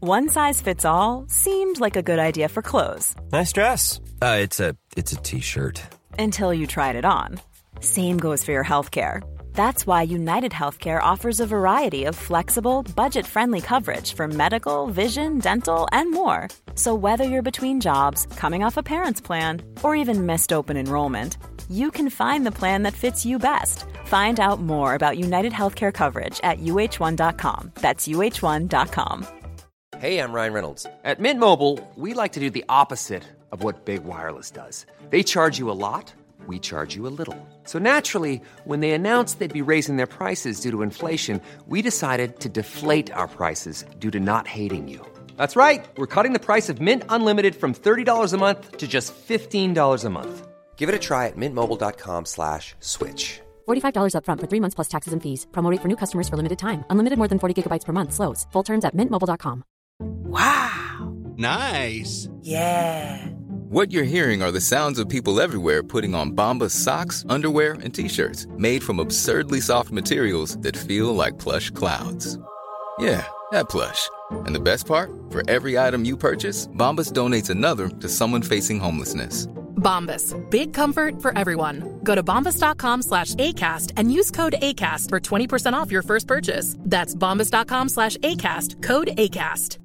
One size fits all seemed like a good idea for clothes. Nice dress. It's a t-shirt. Until you tried it on. Same goes for your healthcare. That's why United Healthcare offers a variety of flexible, budget-friendly coverage for medical, vision, dental, and more. So whether you're between jobs, coming off a parent's plan, or even missed open enrollment, you can find the plan that fits you best. Find out more about United Healthcare coverage at uh1.com. That's uh1.com. Hey, I'm Ryan Reynolds. At Mint Mobile, we like to do the opposite of what Big Wireless does. They charge you a lot, we charge you a little. So naturally, when they announced they'd be raising their prices due to inflation, we decided to deflate our prices due to not hating you. That's right. We're cutting the price of Mint Unlimited from $30 a month to just $15 a month. Give it a try at mintmobile.com/switch. $45 up front for 3 months plus taxes and fees. Promo rate for new customers for limited time. Unlimited more than 40 gigabytes per month. Slows full terms at mintmobile.com. Wow. Nice. Yeah. What you're hearing are the sounds of people everywhere putting on Bombas socks, underwear, and T-shirts made from absurdly soft materials that feel like plush clouds. Yeah, that plush. And the best part? For every item you purchase, Bombas donates another to someone facing homelessness. Bombas. Big comfort for everyone. Go to bombas.com/ACAST and use code ACAST for 20% off your first purchase. That's bombas.com/ACAST. Code ACAST.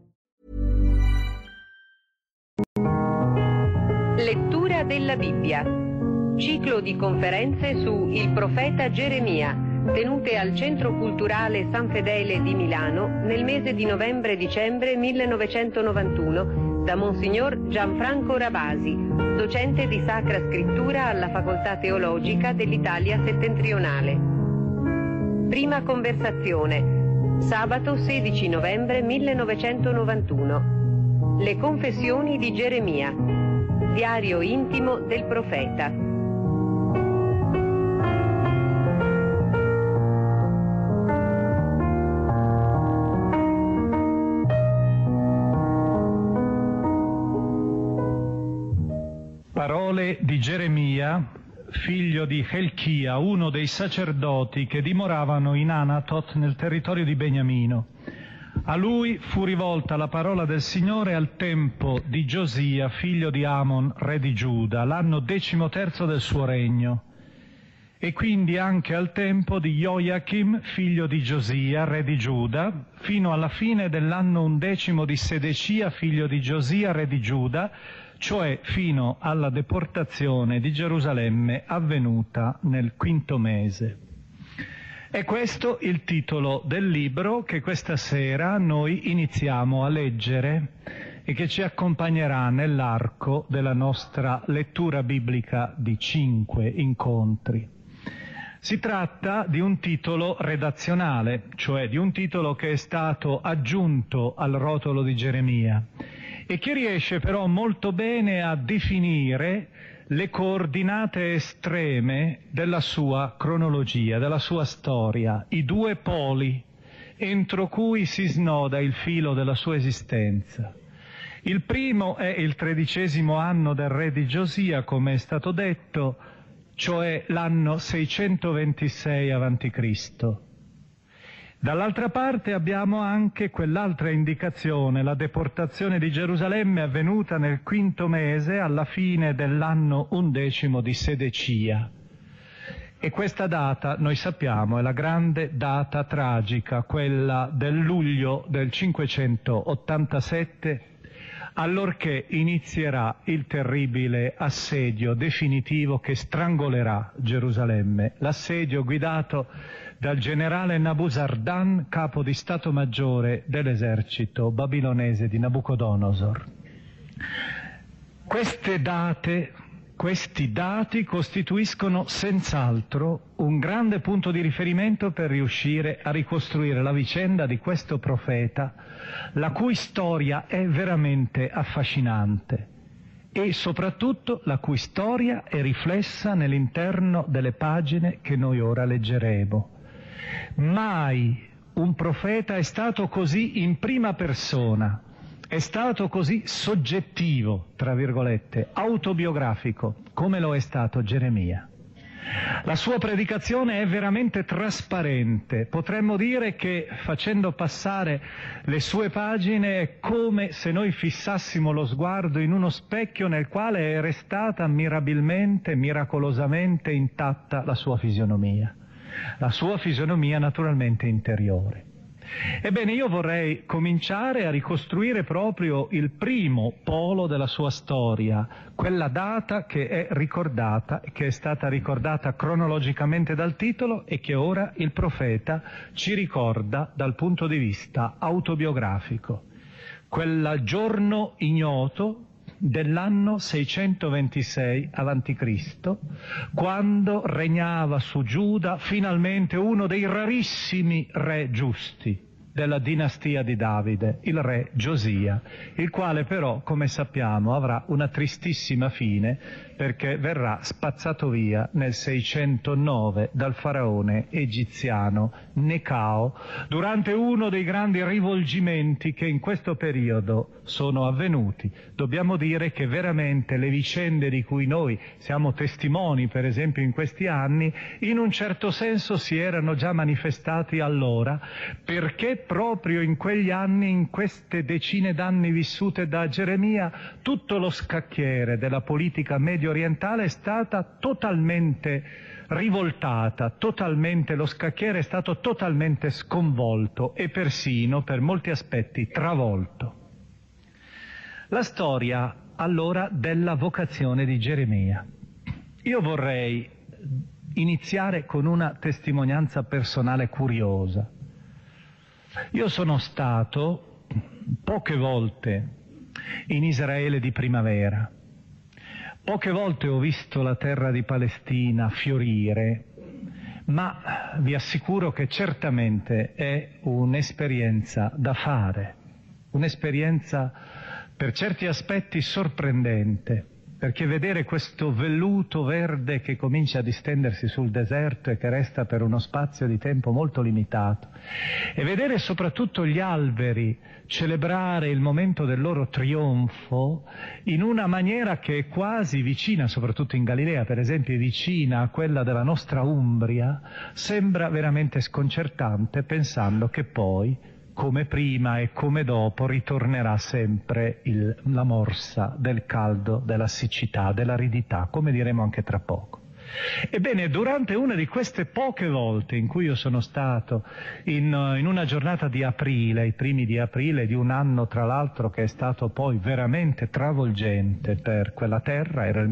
Lettura della Bibbia. Ciclo di conferenze su Il profeta Geremia, tenute al Centro Culturale San Fedele di Milano nel mese di novembre-dicembre 1991 da Monsignor Gianfranco Ravasi, docente di Sacra Scrittura alla Facoltà Teologica dell'Italia Settentrionale. Prima conversazione, sabato 16 novembre 1991. Le confessioni di Geremia, diario intimo del profeta. Parole di Geremia, figlio di Helchia, uno dei sacerdoti che dimoravano in Anatot nel territorio di Beniamino. A lui fu rivolta la parola del Signore al tempo di Giosia, figlio di Amon, re di Giuda, l'anno 13° del suo regno, e quindi anche al tempo di Joachim, figlio di Giosia, re di Giuda, fino alla fine dell'anno 11° di Sedecia, figlio di Giosia, re di Giuda, cioè fino alla deportazione di Gerusalemme avvenuta nel 5° mese. È questo il titolo del libro che questa sera noi iniziamo a leggere e che ci accompagnerà nell'arco della nostra lettura biblica di 5 incontri. Si tratta di un titolo redazionale, cioè di un titolo che è stato aggiunto al rotolo di Geremia e che riesce però molto bene a definire le coordinate estreme della sua cronologia, della sua storia, i due poli entro cui si snoda il filo della sua esistenza. Il primo è il 13° anno del re di Giosia, come è stato detto, cioè l'anno 626 a.C. Dall'altra parte abbiamo anche quell'altra indicazione, la deportazione di Gerusalemme avvenuta nel 5° mese alla fine dell'anno 11° di Sedecia. E questa data, noi sappiamo, è la grande data tragica, quella del luglio del 587, allorché inizierà il terribile assedio definitivo che strangolerà Gerusalemme, l'assedio guidato dal generale Nabuzardan, capo di Stato Maggiore dell'esercito babilonese di Nabucodonosor. Questi dati costituiscono senz'altro un grande punto di riferimento per riuscire a ricostruire la vicenda di questo profeta, la cui storia è veramente affascinante e soprattutto la cui storia è riflessa nell'interno delle pagine che noi ora leggeremo. Mai un profeta è stato così in prima persona, è stato così soggettivo, tra virgolette, autobiografico, come lo è stato Geremia. La sua predicazione è veramente trasparente. Potremmo dire che, facendo passare le sue pagine, è come se noi fissassimo lo sguardo in uno specchio nel quale è restata mirabilmente, miracolosamente intatta la sua fisionomia naturalmente interiore. Ebbene, io vorrei cominciare a ricostruire proprio il primo polo della sua storia, quella data che è ricordata, che è stata ricordata cronologicamente dal titolo e che ora il profeta ci ricorda dal punto di vista autobiografico. Quel giorno ignoto dell'anno 626 a.C., quando regnava su Giuda finalmente uno dei rarissimi re giusti della dinastia di Davide, il re Giosia, il quale però, come sappiamo, avrà una tristissima fine perché verrà spazzato via nel 609 dal faraone egiziano Necao durante uno dei grandi rivolgimenti che in questo periodo sono avvenuti. Dobbiamo dire che veramente le vicende di cui noi siamo testimoni, per esempio in questi anni, in un certo senso si erano già manifestati allora, perché proprio in quegli anni, in queste decine d'anni vissute da Geremia, tutto lo scacchiere della politica medio orientale è stata totalmente rivoltata, lo scacchiere è stato totalmente sconvolto e persino, per molti aspetti, travolto. La storia, allora, della vocazione di Geremia. Io vorrei iniziare con una testimonianza personale curiosa. Io sono stato poche volte in Israele di primavera. Poche volte ho visto la terra di Palestina fiorire, ma vi assicuro che certamente è un'esperienza da fare, un'esperienza per certi aspetti sorprendente, perché vedere questo velluto verde che comincia a distendersi sul deserto e che resta per uno spazio di tempo molto limitato, e vedere soprattutto gli alberi celebrare il momento del loro trionfo in una maniera che è quasi vicina, soprattutto in Galilea, per esempio, è vicina a quella della nostra Umbria, sembra veramente sconcertante, pensando che poi, come prima e come dopo, ritornerà sempre la morsa del caldo, della siccità, dell'aridità, come diremo anche tra poco. Ebbene, durante una di queste poche volte in cui io sono stato in una giornata di aprile, i primi di aprile di un anno tra l'altro che è stato poi veramente travolgente per quella terra, era il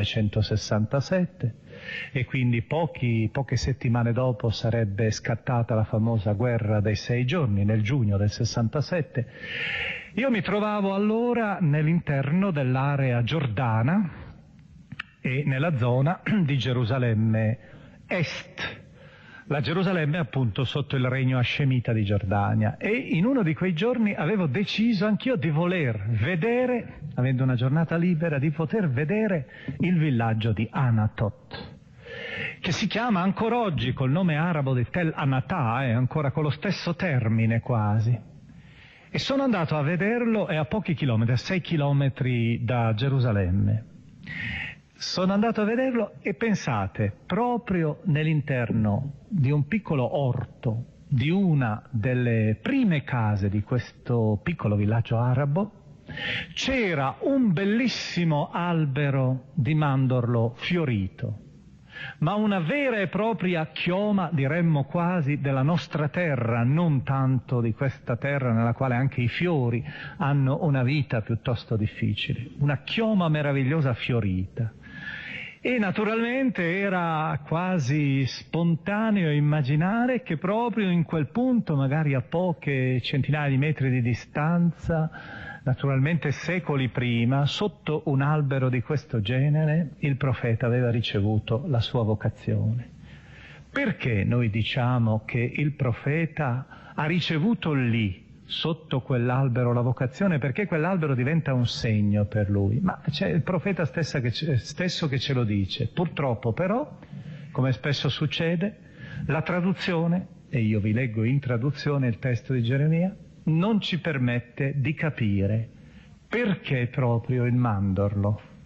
1967, e quindi poche settimane dopo sarebbe scattata la famosa guerra dei 6 giorni, nel giugno del 67. Io mi trovavo allora nell'interno dell'area giordana e nella zona di Gerusalemme Est, la Gerusalemme appunto sotto il regno ascemita di Giordania, e in uno di quei giorni avevo deciso anch'io di voler vedere, avendo una giornata libera, di poter vedere il villaggio di Anatot, che si chiama ancora oggi col nome arabo di Tel Anatà, ancora con lo stesso termine quasi. E sono andato a vederlo, è a pochi chilometri, a 6 chilometri da Gerusalemme. Sono andato a vederlo e pensate, proprio nell'interno di un piccolo orto, di una delle prime case di questo piccolo villaggio arabo, c'era un bellissimo albero di mandorlo fiorito, ma una vera e propria chioma, diremmo quasi, della nostra terra, non tanto di questa terra nella quale anche i fiori hanno una vita piuttosto difficile, una chioma meravigliosa fiorita. E naturalmente era quasi spontaneo immaginare che proprio in quel punto, magari a poche centinaia di metri di distanza, naturalmente secoli prima, sotto un albero di questo genere, il profeta aveva ricevuto la sua vocazione. Perché noi diciamo che il profeta ha ricevuto lì, sotto quell'albero, la vocazione? Perché quell'albero diventa un segno per lui. Ma c'è il profeta stesso che ce lo dice. Purtroppo però, come spesso succede, la traduzione, e io vi leggo in traduzione il testo di Geremia, non ci permette di capire perché proprio il mandorlo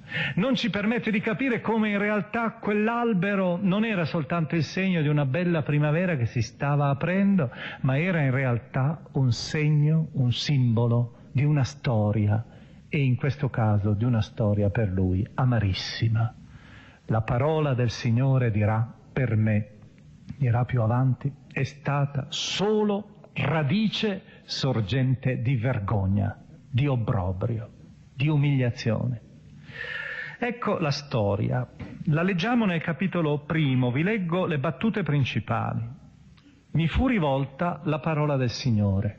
Non ci permette di capire come in realtà quell'albero non era soltanto il segno di una bella primavera che si stava aprendo, ma era in realtà un segno, un simbolo di una storia, e in questo caso di una storia per lui amarissima. La parola del Signore dirà per me, dirà più avanti, è stata solo radice sorgente di vergogna, di obbrobrio, di umiliazione. Ecco la storia. La leggiamo nel capitolo 1, vi leggo le battute principali. Mi fu rivolta la parola del Signore.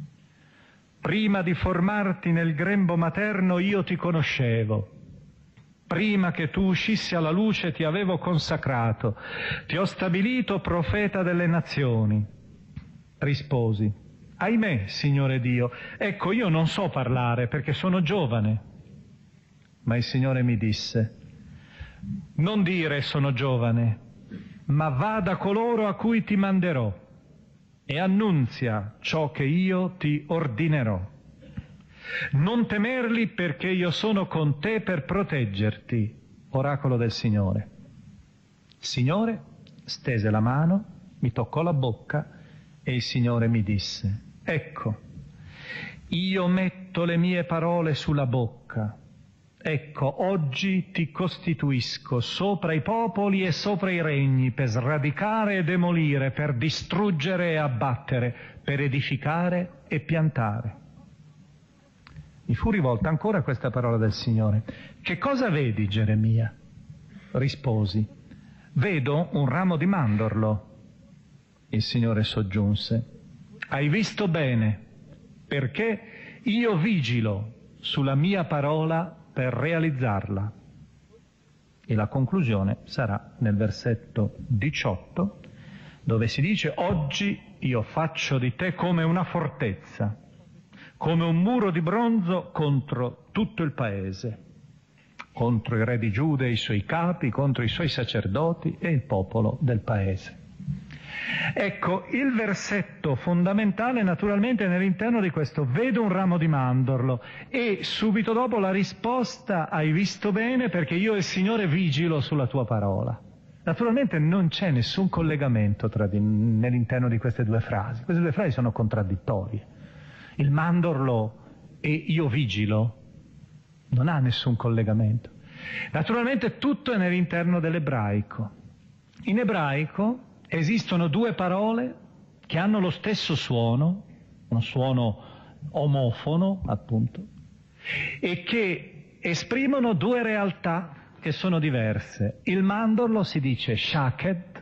Prima di formarti nel grembo materno io ti conoscevo. Prima che tu uscissi alla luce ti avevo consacrato, ti ho stabilito profeta delle nazioni. Risposi, ahimè, Signore Dio, ecco io non so parlare perché sono giovane. Ma il Signore mi disse, non dire sono giovane, ma va da coloro a cui ti manderò e annunzia ciò che io ti ordinerò. Non temerli perché io sono con te per proteggerti, oracolo del Signore. Il Signore stese la mano, mi toccò la bocca e il Signore mi disse, ecco, io metto le mie parole sulla bocca. Ecco, oggi ti costituisco sopra i popoli e sopra i regni per sradicare e demolire, per distruggere e abbattere, per edificare e piantare. Mi fu rivolta ancora questa parola del Signore. Che cosa vedi, Geremia? Risposi, vedo un ramo di mandorlo. Il Signore soggiunse, hai visto bene, perché io vigilo sulla mia parola per realizzarla. E la conclusione sarà nel versetto 18, dove si dice, oggi io faccio di te come una fortezza, come un muro di bronzo contro tutto il paese, contro il re di Giuda e i suoi capi, contro i suoi sacerdoti e il popolo del paese. Ecco, il versetto fondamentale naturalmente è nell'interno di questo, vedo un ramo di mandorlo, e subito dopo la risposta, hai visto bene perché io e il Signore vigilo sulla tua parola. Naturalmente non c'è nessun collegamento nell'interno di queste due frasi, queste due frasi sono contraddittorie. Il mandorlo e io vigilo non ha nessun collegamento. Naturalmente tutto è nell'interno dell'ebraico. In ebraico esistono due parole che hanno lo stesso suono, un suono omofono, appunto, e che esprimono due realtà che sono diverse. Il mandorlo si dice shaked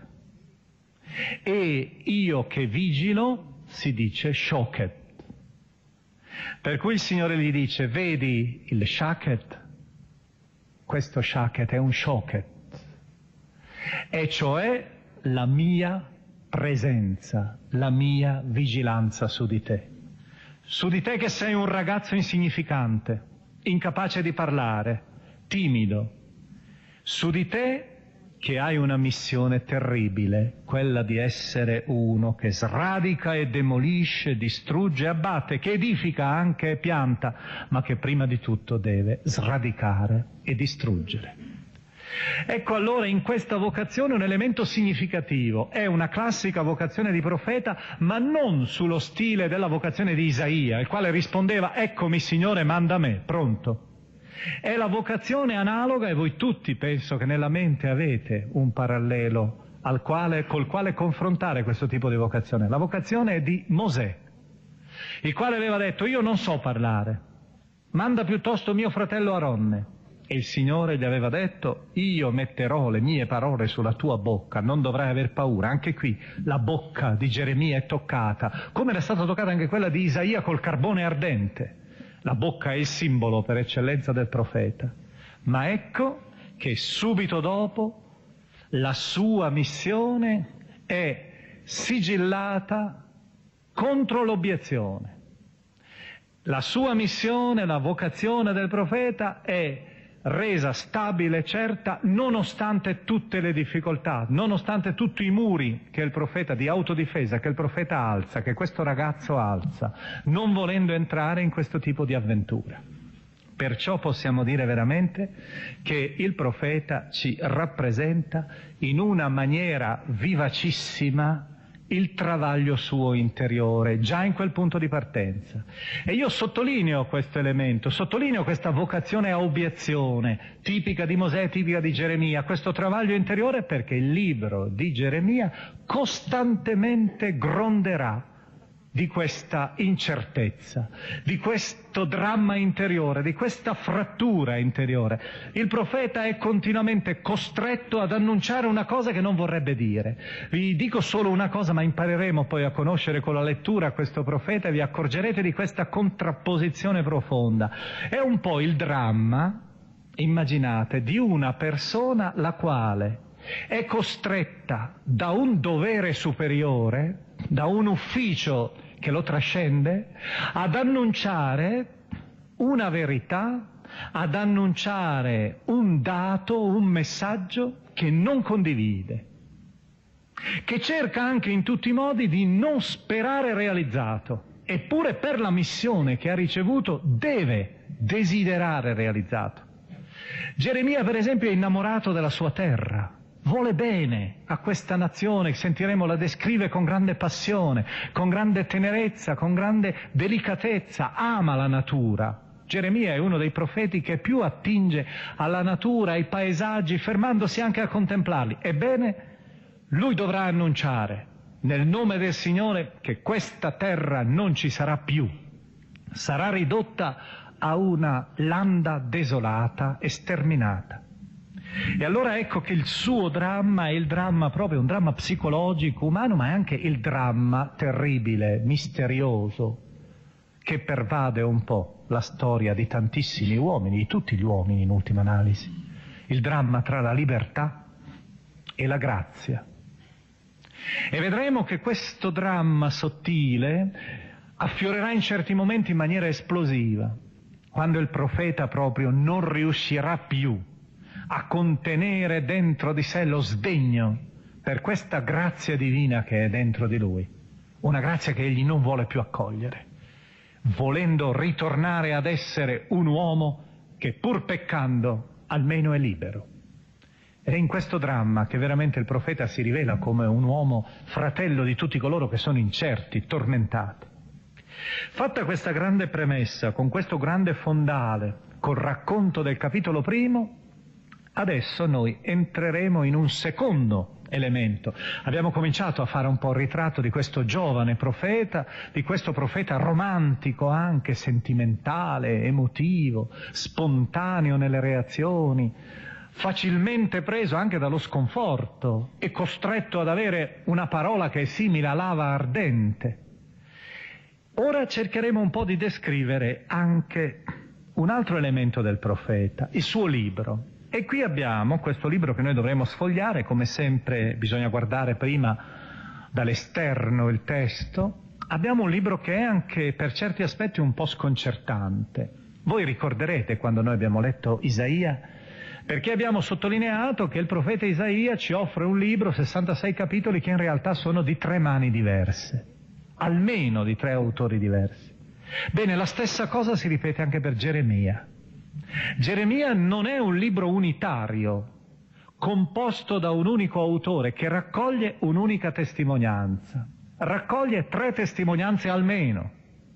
e io che vigilo si dice shoket. Per cui il Signore gli dice, vedi il shaket? Questo shaket è un shoket, e cioè la mia presenza, la mia vigilanza su di te che sei un ragazzo insignificante, incapace di parlare, timido, su di te che hai una missione terribile, quella di essere uno che sradica e demolisce, distrugge, abbatte, che edifica anche e pianta, ma che prima di tutto deve sradicare e distruggere. Ecco allora in questa vocazione un elemento significativo, è una classica vocazione di profeta, ma non sullo stile della vocazione di Isaia, il quale rispondeva, eccomi Signore, manda me, pronto. È la vocazione analoga, e voi tutti penso che nella mente avete un parallelo col quale confrontare questo tipo di vocazione. La vocazione è di Mosè, il quale aveva detto, io non so parlare, manda piuttosto mio fratello Aronne. E il Signore gli aveva detto, io metterò le mie parole sulla tua bocca, non dovrai aver paura. Anche qui la bocca di Geremia è toccata, come era stata toccata anche quella di Isaia col carbone ardente. La bocca è il simbolo per eccellenza del profeta. Ma ecco che subito dopo la sua missione è sigillata contro l'obiezione. La sua missione, la vocazione del profeta è resa stabile e certa nonostante tutte le difficoltà, nonostante tutti i muri che il profeta di autodifesa, che il profeta alza, che questo ragazzo alza, non volendo entrare in questo tipo di avventura. Perciò possiamo dire veramente che il profeta ci rappresenta in una maniera vivacissima il travaglio suo interiore, già in quel punto di partenza. E io sottolineo questo elemento, sottolineo questa vocazione a obiezione, tipica di Mosè, tipica di Geremia, questo travaglio interiore, perché il libro di Geremia costantemente gronderà di questa incertezza, di questo dramma interiore, di questa frattura interiore. Il profeta è continuamente costretto ad annunciare una cosa che non vorrebbe dire. Vi dico solo una cosa, ma impareremo poi a conoscere con la lettura questo profeta e vi accorgerete di questa contrapposizione profonda. È un po' il dramma, immaginate, di una persona la quale è costretta da un dovere superiore, da un ufficio che lo trascende, ad annunciare una verità, ad annunciare un dato, un messaggio che non condivide, che cerca anche in tutti i modi di non sperare realizzato, eppure per la missione che ha ricevuto deve desiderare realizzato. Geremia, per esempio, è innamorato della sua terra, vuole bene a questa nazione, sentiremo, la descrive con grande passione, con grande tenerezza, con grande delicatezza, ama la natura. Geremia è uno dei profeti che più attinge alla natura, ai paesaggi, fermandosi anche a contemplarli. Ebbene, lui dovrà annunciare nel nome del Signore che questa terra non ci sarà più, sarà ridotta a una landa desolata e sterminata. E allora ecco che il suo dramma è il dramma proprio, un dramma psicologico, umano, ma è anche il dramma terribile, misterioso, che pervade un po' la storia di tantissimi uomini, di tutti gli uomini in ultima analisi. Il dramma tra la libertà e la grazia. E vedremo che questo dramma sottile affiorerà in certi momenti in maniera esplosiva, quando il profeta proprio non riuscirà più a contenere dentro di sé lo sdegno per questa grazia divina che è dentro di lui, una grazia che egli non vuole più accogliere, volendo ritornare ad essere un uomo che pur peccando almeno è libero. Ed è in questo dramma che veramente il profeta si rivela come un uomo fratello di tutti coloro che sono incerti, tormentati. Fatta questa grande premessa, con questo grande fondale, col racconto del capitolo primo, adesso noi entreremo in un secondo elemento. Abbiamo cominciato a fare un po' il ritratto di questo giovane profeta, di questo profeta romantico anche, sentimentale, emotivo, spontaneo nelle reazioni, facilmente preso anche dallo sconforto e costretto ad avere una parola che è simile a lava ardente. Ora cercheremo un po' di descrivere anche un altro elemento del profeta, il suo libro. E qui abbiamo questo libro che noi dovremo sfogliare, come sempre bisogna guardare prima dall'esterno il testo. Abbiamo un libro che è anche per certi aspetti un po' sconcertante. Voi ricorderete quando noi abbiamo letto Isaia, perché abbiamo sottolineato che il profeta Isaia ci offre un libro, 66 capitoli, che in realtà sono di 3 mani diverse, almeno di 3 autori diversi. Bene, la stessa cosa si ripete anche per Geremia. Geremia non è un libro unitario, composto da un unico autore che raccoglie un'unica testimonianza, raccoglie 3 testimonianze almeno.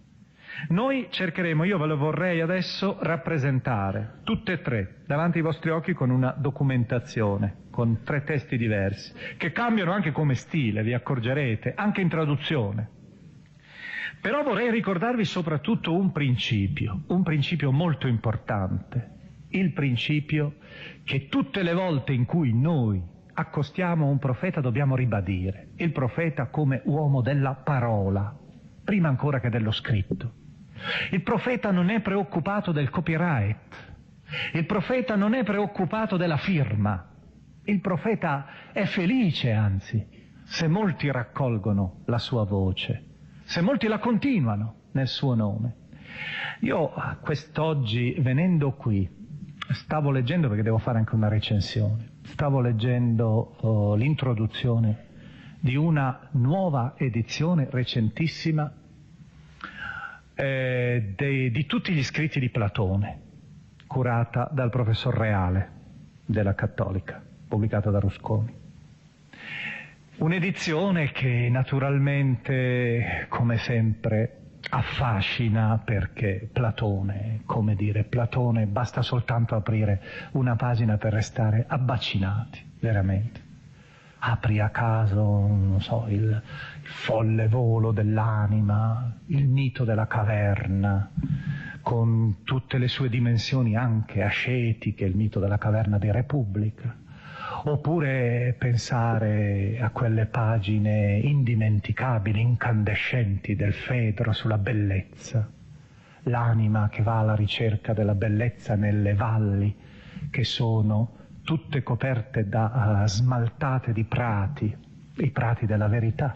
Noi cercheremo, io ve lo vorrei adesso rappresentare, tutte e 3, davanti ai vostri occhi con una documentazione, con 3 testi diversi, che cambiano anche come stile, vi accorgerete, anche in traduzione. Però vorrei ricordarvi soprattutto un principio molto importante, il principio che tutte le volte in cui noi accostiamo un profeta dobbiamo ribadire, il profeta come uomo della parola, prima ancora che dello scritto. Il profeta non è preoccupato del copyright, il profeta non è preoccupato della firma, il profeta è felice, anzi, se molti raccolgono la sua voce, se molti la continuano nel suo nome. Io quest'oggi, venendo qui, stavo leggendo, perché devo fare anche una recensione, stavo leggendo l'introduzione di una nuova edizione recentissima di tutti gli scritti di Platone. curata dal professor Reale della Cattolica, pubblicata da Rusconi. Un'edizione che naturalmente, come sempre, affascina, perché Platone, come dire, Platone, basta soltanto aprire una pagina per restare abbacinati, veramente. Apri a caso, non so, il folle volo dell'anima, il mito della caverna, con tutte le sue dimensioni anche ascetiche, il mito della caverna di Repubblica, oppure pensare a quelle pagine indimenticabili, incandescenti del Fedro sulla bellezza, l'anima che va alla ricerca della bellezza nelle valli che sono tutte coperte da smaltate di prati, i prati della verità,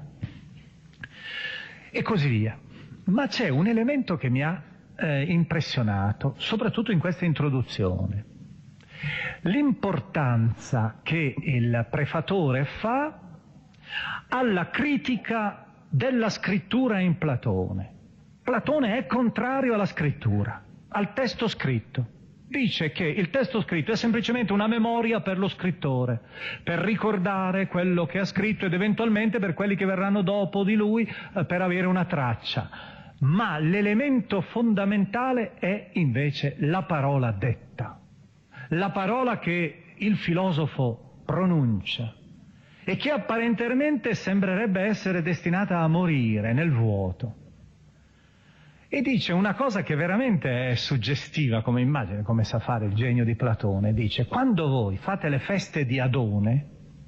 e così via. Ma c'è un elemento che mi ha impressionato, soprattutto in questa introduzione: l'importanza che il prefatore fa alla critica della scrittura in Platone. Platone è contrario alla scrittura, al testo scritto. Dice che il testo scritto è semplicemente una memoria per lo scrittore, per ricordare quello che ha scritto ed eventualmente per quelli che verranno dopo di lui, per avere una traccia. Ma l'elemento fondamentale è invece la parola detta, la parola che il filosofo pronuncia e che apparentemente sembrerebbe essere destinata a morire nel vuoto. E dice una cosa che veramente è suggestiva come immagine, come sa fare il genio di Platone. Dice: quando voi fate le feste di Adone,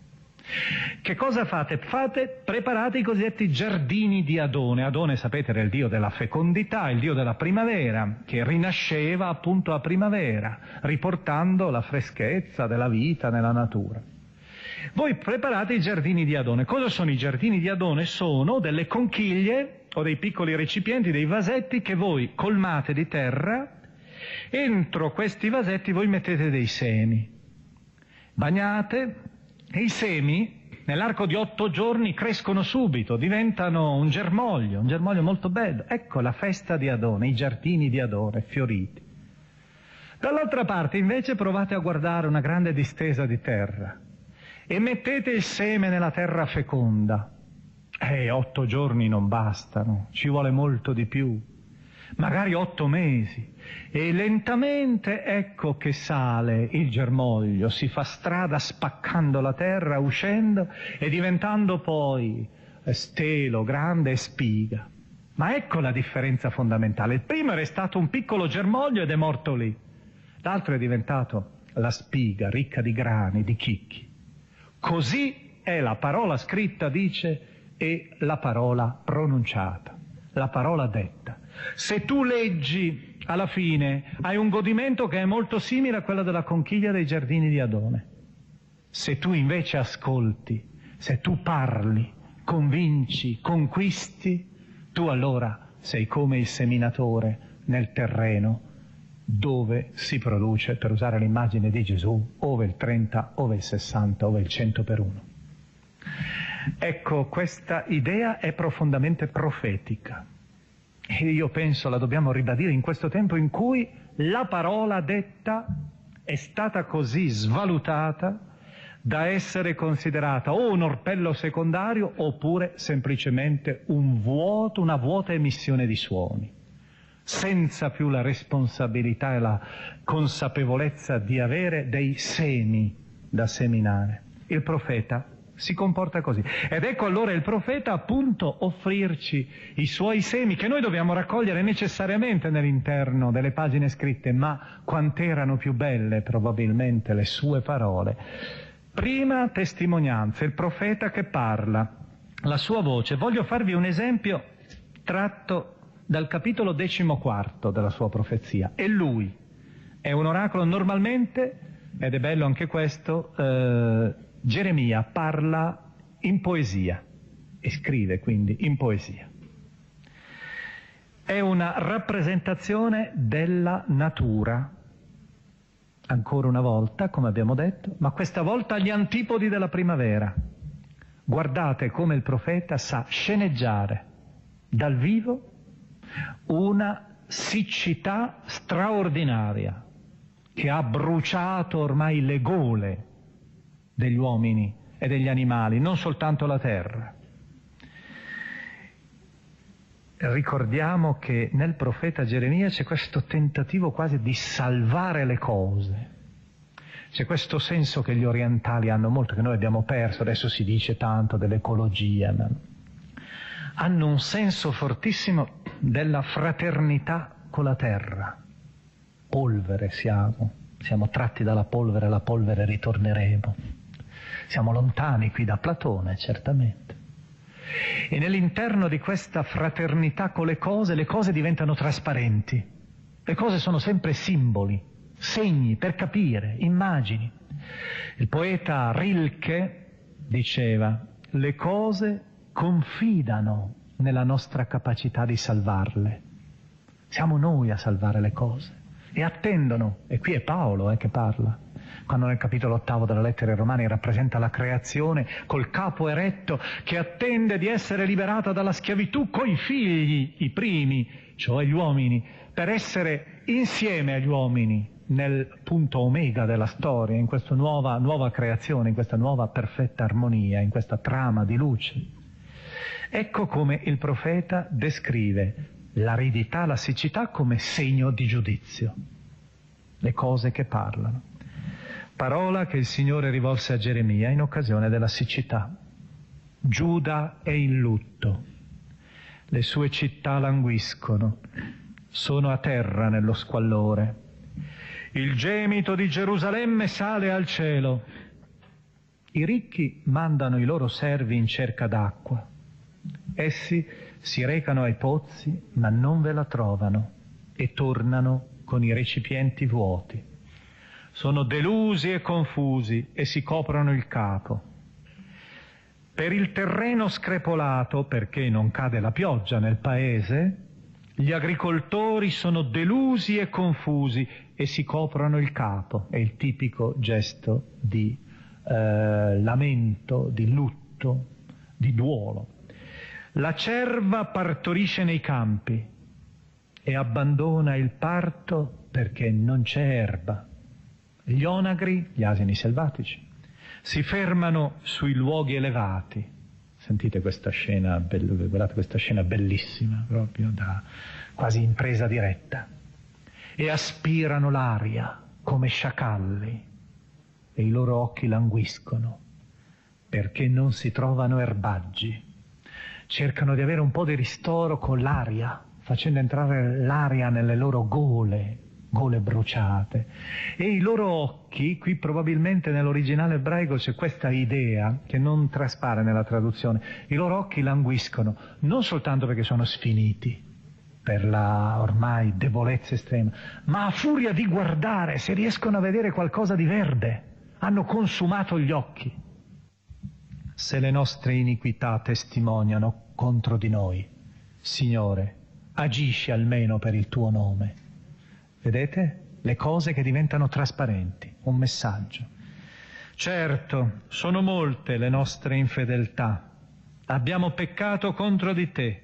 che cosa fate? Preparate i cosiddetti giardini di Adone. Adone, sapete, era il dio della fecondità, il dio della primavera, che rinasceva appunto a primavera, riportando la freschezza della vita nella natura. Voi preparate i giardini di Adone. Cosa sono i giardini di Adone? Sono delle conchiglie o dei piccoli recipienti, dei vasetti che voi colmate di terra. Entro questi vasetti voi mettete dei semi, bagnate, e i semi nell'arco di 8 giorni crescono subito, diventano un germoglio molto bello. Ecco la festa di Adone, i giardini di Adone fioriti. Dall'altra parte invece provate a guardare una grande distesa di terra e mettete il seme nella terra feconda. 8 giorni non bastano, ci vuole molto di più, magari 8 mesi, e lentamente ecco che sale il germoglio, si fa strada spaccando la terra, uscendo e diventando poi stelo grande e spiga. Ma ecco la differenza fondamentale: il primo era stato un piccolo germoglio ed è morto lì, l'altro è diventato la spiga ricca di grani, di chicchi. Così è la parola scritta, dice, e la parola pronunciata, la parola detta. Se tu leggi, alla fine hai un godimento che è molto simile a quello della conchiglia dei giardini di Adone. Se tu invece ascolti, se tu parli, convinci, conquisti, tu allora sei come il seminatore nel terreno dove si produce, per usare l'immagine di Gesù, ove il 30, ove il 60, ove il 100 per 1. Ecco, questa idea è profondamente profetica e io penso la dobbiamo ribadire in questo tempo in cui la parola detta è stata così svalutata da essere considerata o un orpello secondario oppure semplicemente un vuoto, una vuota emissione di suoni, senza più la responsabilità e la consapevolezza di avere dei semi da seminare. Il profeta si comporta così. Ed ecco allora il profeta appunto offrirci i suoi semi che noi dobbiamo raccogliere necessariamente nell'interno delle pagine scritte, ma quant'erano più belle probabilmente le sue parole. Prima testimonianza, il profeta che parla, la sua voce. Voglio farvi un esempio tratto dal capitolo 14 della sua profezia. E lui è un oracolo normalmente, ed è bello anche questo, Geremia parla in poesia e scrive quindi in poesia. È una rappresentazione della natura, ancora una volta, come abbiamo detto, ma questa volta agli antipodi della primavera. Guardate come il profeta sa sceneggiare dal vivo una siccità straordinaria, che ha bruciato ormai le gole degli uomini e degli animali, non soltanto la terra. Ricordiamo che nel profeta Geremia c'è questo tentativo quasi di salvare le cose. C'è questo senso che gli orientali hanno molto, che noi abbiamo perso, adesso si dice tanto dell'ecologia, ma hanno un senso fortissimo della fraternità con la terra. Polvere siamo tratti dalla polvere, alla polvere ritorneremo. Siamo lontani qui da Platone, certamente. E nell'interno di questa fraternità con le cose diventano trasparenti. Le cose sono sempre simboli, segni per capire, immagini. Il poeta Rilke diceva: le cose confidano nella nostra capacità di salvarle. Siamo noi a salvare le cose. E attendono, e qui è Paolo che parla, quando nel capitolo 8 della lettera ai Romani rappresenta la creazione col capo eretto che attende di essere liberata dalla schiavitù coi figli, i primi, cioè gli uomini, per essere insieme agli uomini nel punto omega della storia, in questa nuova creazione, in questa nuova perfetta armonia, in questa trama di luce. Ecco come il profeta descrive l'aridità, la siccità come segno di giudizio. Le cose che parlano. Parola che il Signore rivolse a Geremia in occasione della siccità. Giuda è in lutto, le sue città languiscono, sono a terra nello squallore. Il gemito di Gerusalemme sale al cielo. I ricchi mandano i loro servi in cerca d'acqua. Essi si recano ai pozzi, ma non ve la trovano, e tornano con i recipienti vuoti. Sono delusi e confusi e si coprono il capo. Per il terreno screpolato, perché non cade la pioggia nel paese, gli agricoltori sono delusi e confusi e si coprono il capo. È il tipico gesto di lamento, di lutto, di duolo. La cerva partorisce nei campi e abbandona il parto perché non c'è erba. Gli onagri, gli asini selvatici, si fermano sui luoghi elevati. Sentite questa scena, guardate questa scena bellissima, proprio da quasi in presa diretta. E aspirano l'aria come sciacalli e i loro occhi languiscono perché non si trovano erbaggi. Cercano di avere un po' di ristoro con l'aria, facendo entrare l'aria nelle loro gole bruciate. E i loro occhi, qui probabilmente nell'originale ebraico c'è questa idea che non traspare nella traduzione, i loro occhi languiscono non soltanto perché sono sfiniti per la ormai debolezza estrema, ma a furia di guardare se riescono a vedere qualcosa di verde, hanno consumato gli occhi. Se le nostre iniquità testimoniano contro di noi, Signore, agisci almeno per il tuo nome. Vedete? Le cose che diventano trasparenti, un messaggio. Certo, sono molte le nostre infedeltà. Abbiamo peccato contro di te.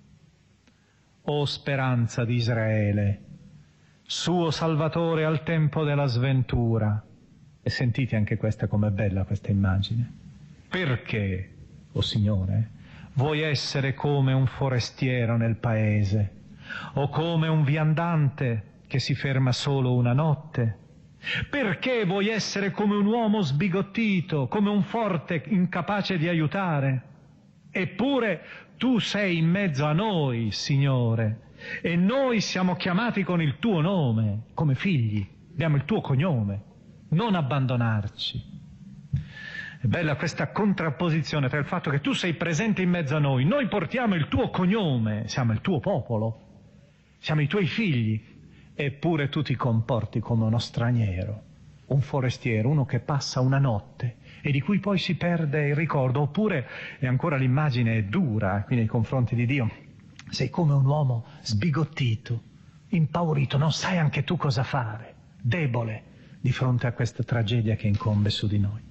O speranza di Israele, suo Salvatore al tempo della sventura. E sentite anche questa com'è bella questa immagine. Perché, o Signore, vuoi essere come un forestiero nel paese, o come un viandante che si ferma solo una notte? Perché vuoi essere come un uomo sbigottito, come un forte incapace di aiutare? Eppure tu sei in mezzo a noi, Signore, e noi siamo chiamati con il tuo nome, come figli, abbiamo il tuo cognome, non abbandonarci. È bella questa contrapposizione tra il fatto che tu sei presente in mezzo a noi portiamo il tuo cognome, siamo il tuo popolo, siamo i tuoi figli, eppure tu ti comporti come uno straniero, un forestiero, uno che passa una notte e di cui poi si perde il ricordo, oppure, e ancora l'immagine è dura qui nei confronti di Dio, sei come un uomo sbigottito, impaurito, non sai anche tu cosa fare, debole di fronte a questa tragedia che incombe su di noi.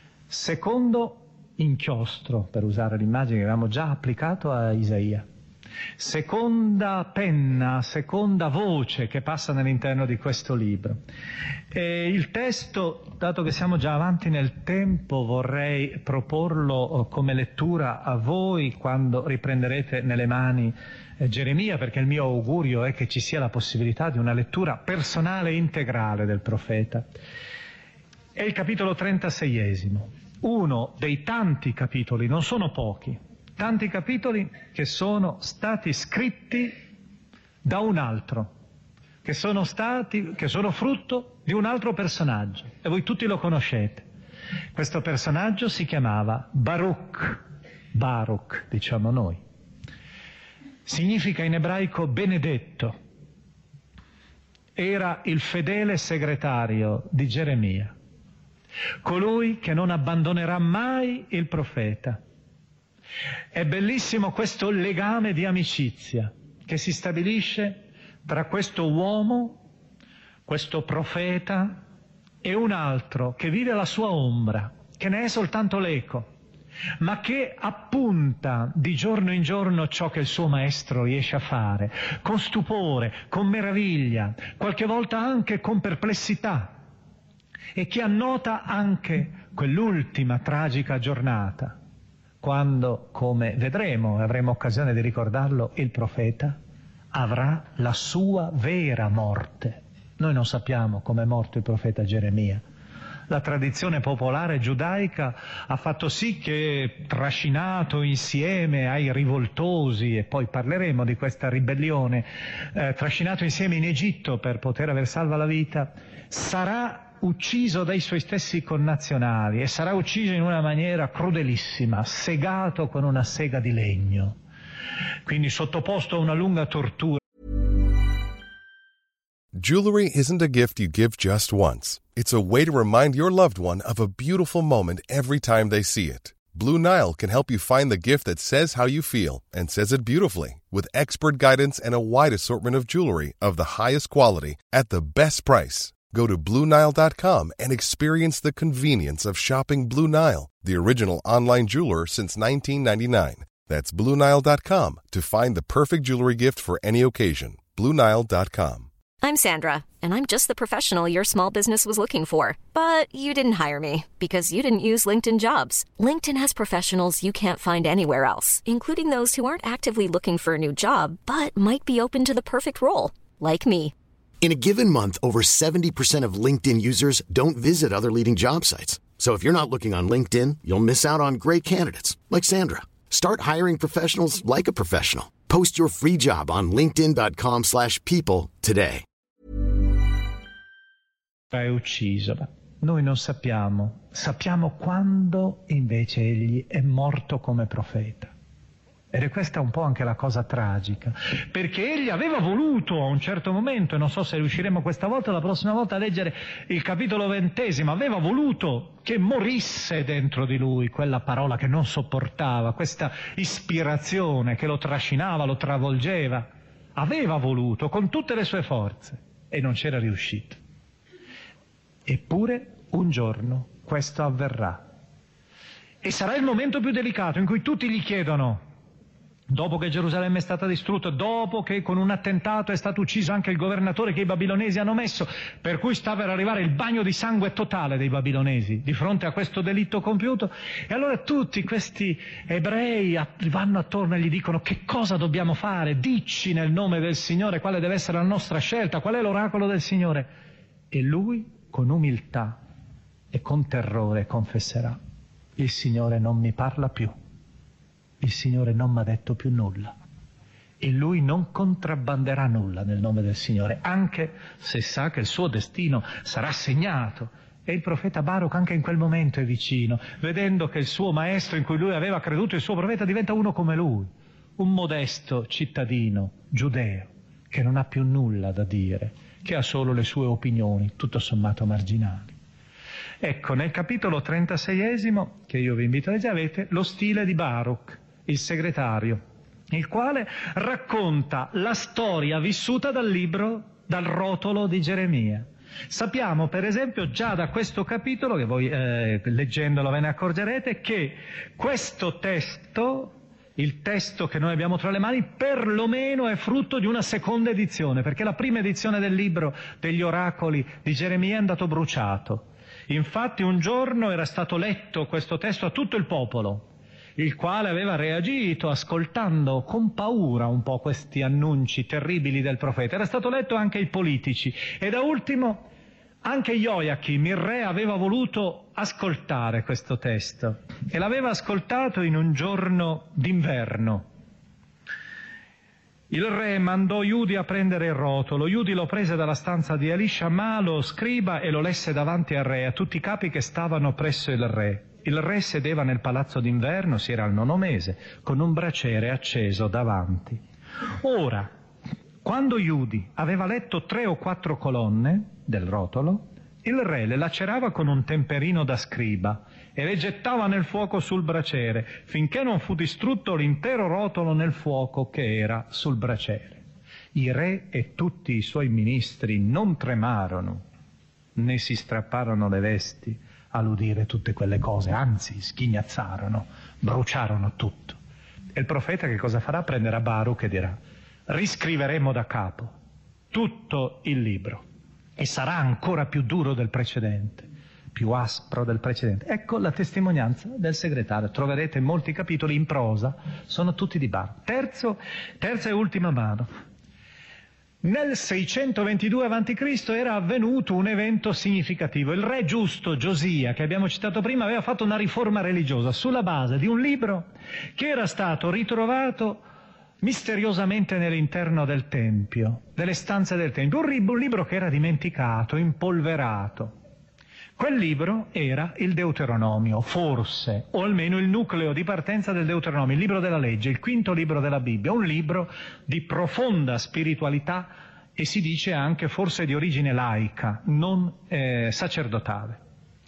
Secondo inchiostro, per usare l'immagine che avevamo già applicato a Isaia. seconda penna, seconda voce che passa all'interno di questo libro. E il testo, dato che siamo già avanti nel tempo, vorrei proporlo come lettura a voi quando riprenderete nelle mani Geremia, perché il mio augurio è che ci sia la possibilità di una lettura personale e integrale del profeta. È il capitolo 36esimo, uno dei tanti capitoli, non sono pochi, tanti capitoli che sono stati scritti da un altro, che sono frutto di un altro personaggio, e voi tutti lo conoscete. Questo personaggio si chiamava Baruch, diciamo noi. Significa in ebraico benedetto. Era il fedele segretario di Geremia, colui che non abbandonerà mai il profeta. È bellissimo questo legame di amicizia che si stabilisce tra questo uomo, questo profeta, e un altro che vive alla sua ombra, che ne è soltanto l'eco, ma che appunta di giorno in giorno ciò che il suo maestro riesce a fare, con stupore, con meraviglia, qualche volta anche con perplessità, e che annota anche quell'ultima tragica giornata, quando, come vedremo, avremo occasione di ricordarlo, il profeta avrà la sua vera morte. Noi non sappiamo come è morto il profeta Geremia. La tradizione popolare giudaica ha fatto sì che, trascinato insieme ai rivoltosi, e poi parleremo di questa ribellione, trascinato insieme in Egitto per poter aver salva la vita, sarà ucciso dai suoi stessi connazionali, e sarà ucciso in una maniera crudelissima, segato con una sega di legno, quindi sottoposto a una lunga tortura. Jewelry isn't a gift you give just once. It's a way to remind your loved one of a beautiful moment every time they see it. Blue Nile can help you find the gift that says how you feel and says it beautifully, with expert guidance and a wide assortment of jewelry of the highest quality at the best price. Go to BlueNile.com and experience the convenience of shopping Blue Nile, the original online jeweler since 1999. That's BlueNile.com to find the perfect jewelry gift for any occasion. BlueNile.com. I'm Sandra, and I'm just the professional your small business was looking for. But you didn't hire me because you didn't use LinkedIn Jobs. LinkedIn has professionals you can't find anywhere else, including those who aren't actively looking for a new job, but might be open to the perfect role, like me. In a given month, over 70% of LinkedIn users don't visit other leading job sites. So if you're not looking on LinkedIn, you'll miss out on great candidates like Sandra. Start hiring professionals like a professional. Post your free job on linkedin.com/people today. È ucciso. Noi non sappiamo quando invece egli è morto come profeta. Ed è questa un po' anche la cosa tragica, perché egli aveva voluto a un certo momento, e non so se riusciremo questa volta o la prossima volta a leggere il capitolo 20, aveva voluto che morisse dentro di lui quella parola che non sopportava, questa ispirazione che lo trascinava, lo travolgeva. Aveva voluto con tutte le sue forze e non c'era riuscito. Eppure un giorno questo avverrà. E sarà il momento più delicato in cui tutti gli chiedono, dopo che Gerusalemme è stata distrutta, dopo che con un attentato è stato ucciso anche il governatore che i babilonesi hanno messo, per cui sta per arrivare il bagno di sangue totale dei babilonesi di fronte a questo delitto compiuto, e allora tutti questi ebrei vanno attorno e gli dicono: che cosa dobbiamo fare? Dici nel nome del Signore quale deve essere la nostra scelta, qual è l'oracolo del Signore? E lui, con umiltà e con terrore, confesserà: il Signore non mi parla più, il Signore non mi ha detto più nulla, e lui non contrabbanderà nulla nel nome del Signore, anche se sa che il suo destino sarà segnato. E il profeta Baruch anche in quel momento è vicino, vedendo che il suo maestro in cui lui aveva creduto, il suo profeta, diventa uno come lui, un modesto cittadino giudeo che non ha più nulla da dire, che ha solo le sue opinioni, tutto sommato marginali. Ecco, nel capitolo 36esimo, che io vi invito a leggere, avete lo stile di Baruch, il segretario, il quale racconta la storia vissuta dal libro, dal rotolo di Geremia. Sappiamo, per esempio, già da questo capitolo, che voi leggendolo ve ne accorgerete, che questo testo il testo che noi abbiamo tra le mani perlomeno è frutto di una seconda edizione, perché la prima edizione del libro degli oracoli di Geremia è andato bruciato. Infatti un giorno era stato letto questo testo a tutto il popolo, il quale aveva reagito ascoltando con paura un po' questi annunci terribili del profeta. Era stato letto anche ai politici e da ultimo anche Joachim, il re, aveva voluto ascoltare questo testo e l'aveva ascoltato in un giorno d'inverno. Il re mandò Iudi a prendere il rotolo. Iudi lo prese dalla stanza di Elishama, lo scriba, e lo lesse davanti al re, a tutti i capi che stavano presso il re. Il re sedeva nel palazzo d'inverno, si era al 9° mese, con un braciere acceso davanti. Ora, quando Iudi aveva letto 3 o 4 colonne del rotolo, il re le lacerava con un temperino da scriba e le gettava nel fuoco sul braciere, finché non fu distrutto l'intero rotolo nel fuoco che era sul braciere. I re e tutti i suoi ministri non tremarono, né si strapparono le vesti all'udire tutte quelle cose, anzi schignazzarono, bruciarono tutto. E il profeta che cosa farà? Prenderà Baruch e dirà: riscriveremo da capo tutto il libro e sarà ancora più duro del precedente, più aspro del precedente. Ecco la testimonianza del segretario. Troverete molti capitoli in prosa, sono tutti di Baruch. Terza e ultima mano. Nel 622 a.C. era avvenuto un evento significativo. Il re giusto Giosia, che abbiamo citato prima, aveva fatto una riforma religiosa sulla base di un libro che era stato ritrovato misteriosamente nell'interno del Tempio, delle stanze del Tempio. Un libro che era dimenticato, impolverato. Quel libro era il Deuteronomio, forse, o almeno il nucleo di partenza del Deuteronomio, il libro della legge, il 5° libro della Bibbia, un libro di profonda spiritualità e si dice anche forse di origine laica, non sacerdotale.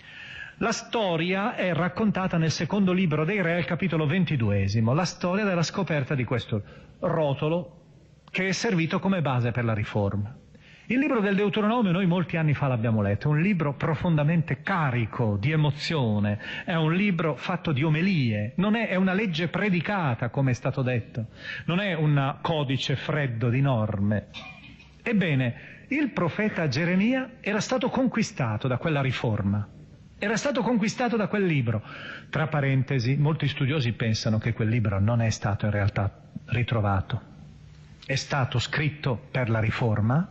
La storia è raccontata nel 2° libro dei Re, al capitolo 22, la storia della scoperta di questo rotolo che è servito come base per la riforma. Il libro del Deuteronomio noi molti anni fa l'abbiamo letto, è un libro profondamente carico di emozione, è un libro fatto di omelie, è una legge predicata, come è stato detto, non è un codice freddo di norme. Ebbene, il profeta Geremia era stato conquistato da quella riforma, era stato conquistato da quel libro. Tra parentesi, molti studiosi pensano che quel libro non è stato in realtà ritrovato, è stato scritto per la riforma,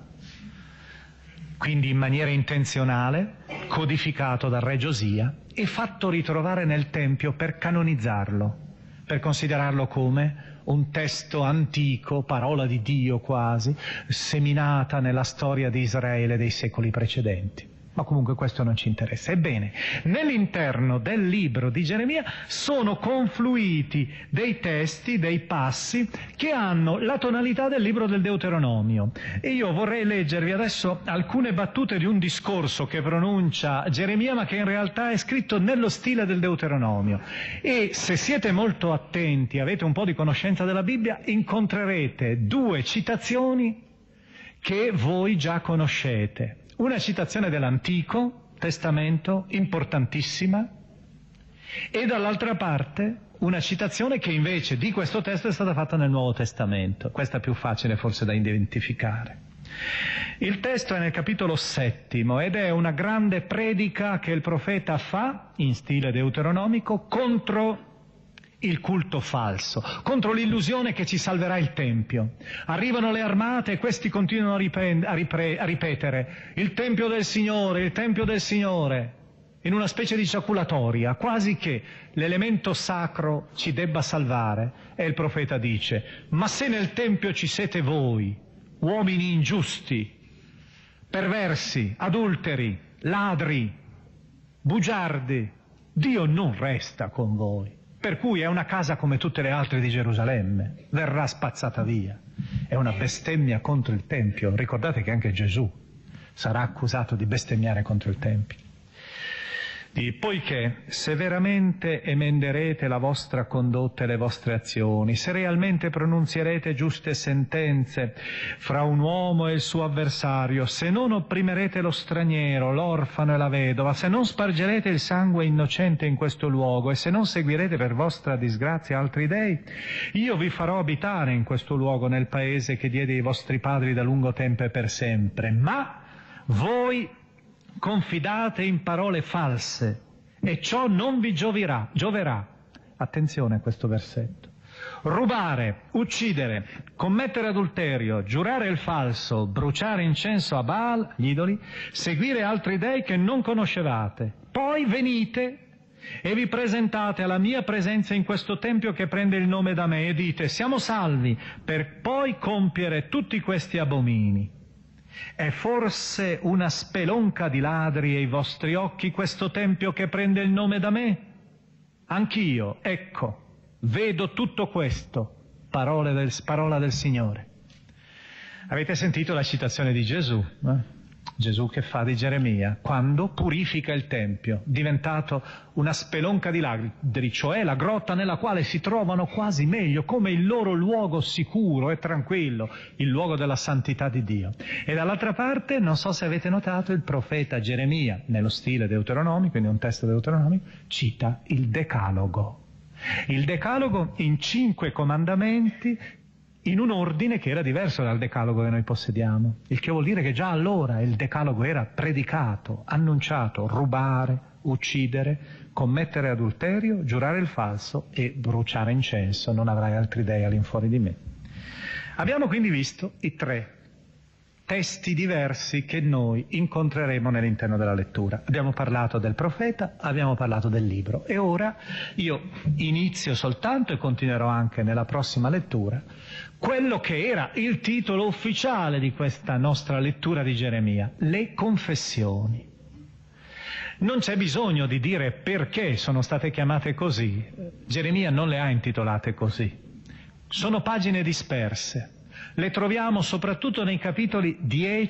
quindi in maniera intenzionale, codificato dal re Giosia e fatto ritrovare nel Tempio per canonizzarlo, per considerarlo come un testo antico, parola di Dio quasi, seminata nella storia di Israele dei secoli precedenti. Ma comunque questo non ci interessa. Ebbene, nell'interno del libro di Geremia sono confluiti dei testi, dei passi che hanno la tonalità del libro del Deuteronomio. E io vorrei leggervi adesso alcune battute di un discorso che pronuncia Geremia, ma che in realtà è scritto nello stile del Deuteronomio. E se siete molto attenti, avete un po' di conoscenza della Bibbia, incontrerete 2 citazioni che voi già conoscete. Una citazione dell'Antico Testamento, importantissima, e dall'altra parte una citazione che invece di questo testo è stata fatta nel Nuovo Testamento. Questa è più facile forse da identificare. Il testo è nel capitolo 7 ed è una grande predica che il profeta fa, in stile deuteronomico, contro il culto falso, contro l'illusione che ci salverà il Tempio. Arrivano le armate e questi continuano a ripetere il Tempio del Signore, il Tempio del Signore, in una specie di sciaculatoria, quasi che l'elemento sacro ci debba salvare. E il profeta dice: ma se nel Tempio ci siete voi, uomini ingiusti, perversi, adulteri, ladri, bugiardi, Dio non resta con voi. Per cui è una casa come tutte le altre di Gerusalemme, verrà spazzata via. È una bestemmia contro il Tempio. Ricordate che anche Gesù sarà accusato di bestemmiare contro il Tempio. Poiché se veramente emenderete la vostra condotta e le vostre azioni, se realmente pronunzierete giuste sentenze fra un uomo e il suo avversario, se non opprimerete lo straniero, l'orfano e la vedova, se non spargerete il sangue innocente in questo luogo e se non seguirete per vostra disgrazia altri dei, io vi farò abitare in questo luogo, nel paese che diede ai vostri padri da lungo tempo e per sempre. Ma voi confidate in parole false e ciò non vi gioverà. Attenzione a questo versetto. Rubare, uccidere, commettere adulterio, giurare il falso, bruciare incenso a Baal, gli idoli, seguire altri dei che non conoscevate. Poi venite e vi presentate alla mia presenza in questo tempio che prende il nome da me e dite: siamo salvi, per poi compiere tutti questi abomini. È forse una spelonca di ladri ai vostri occhi questo tempio che prende il nome da me? Anch'io, ecco, vedo tutto questo. Parola del Signore. Avete sentito la citazione di Gesù? Gesù che fa di Geremia, quando purifica il Tempio, diventato una spelonca di ladri, cioè la grotta nella quale si trovano quasi meglio, come il loro luogo sicuro e tranquillo, il luogo della santità di Dio. E dall'altra parte, non so se avete notato, il profeta Geremia, nello stile deuteronomico, in un testo deuteronomico, cita il Decalogo. Il Decalogo in 5 comandamenti, in un ordine che era diverso dal Decalogo che noi possediamo, il che vuol dire che già allora il Decalogo era predicato, annunciato: rubare, uccidere, commettere adulterio, giurare il falso e bruciare incenso, non avrai altri dei all'infuori di me. Abbiamo quindi visto i 3 testi diversi che noi incontreremo nell'interno della lettura. Abbiamo parlato del profeta, abbiamo parlato del libro e ora io inizio soltanto, e continuerò anche nella prossima lettura, quello che era il titolo ufficiale di questa nostra lettura di Geremia: le confessioni. Non c'è bisogno di dire perché sono state chiamate così. Geremia non le ha intitolate così. Sono pagine disperse. Le troviamo soprattutto nei capitoli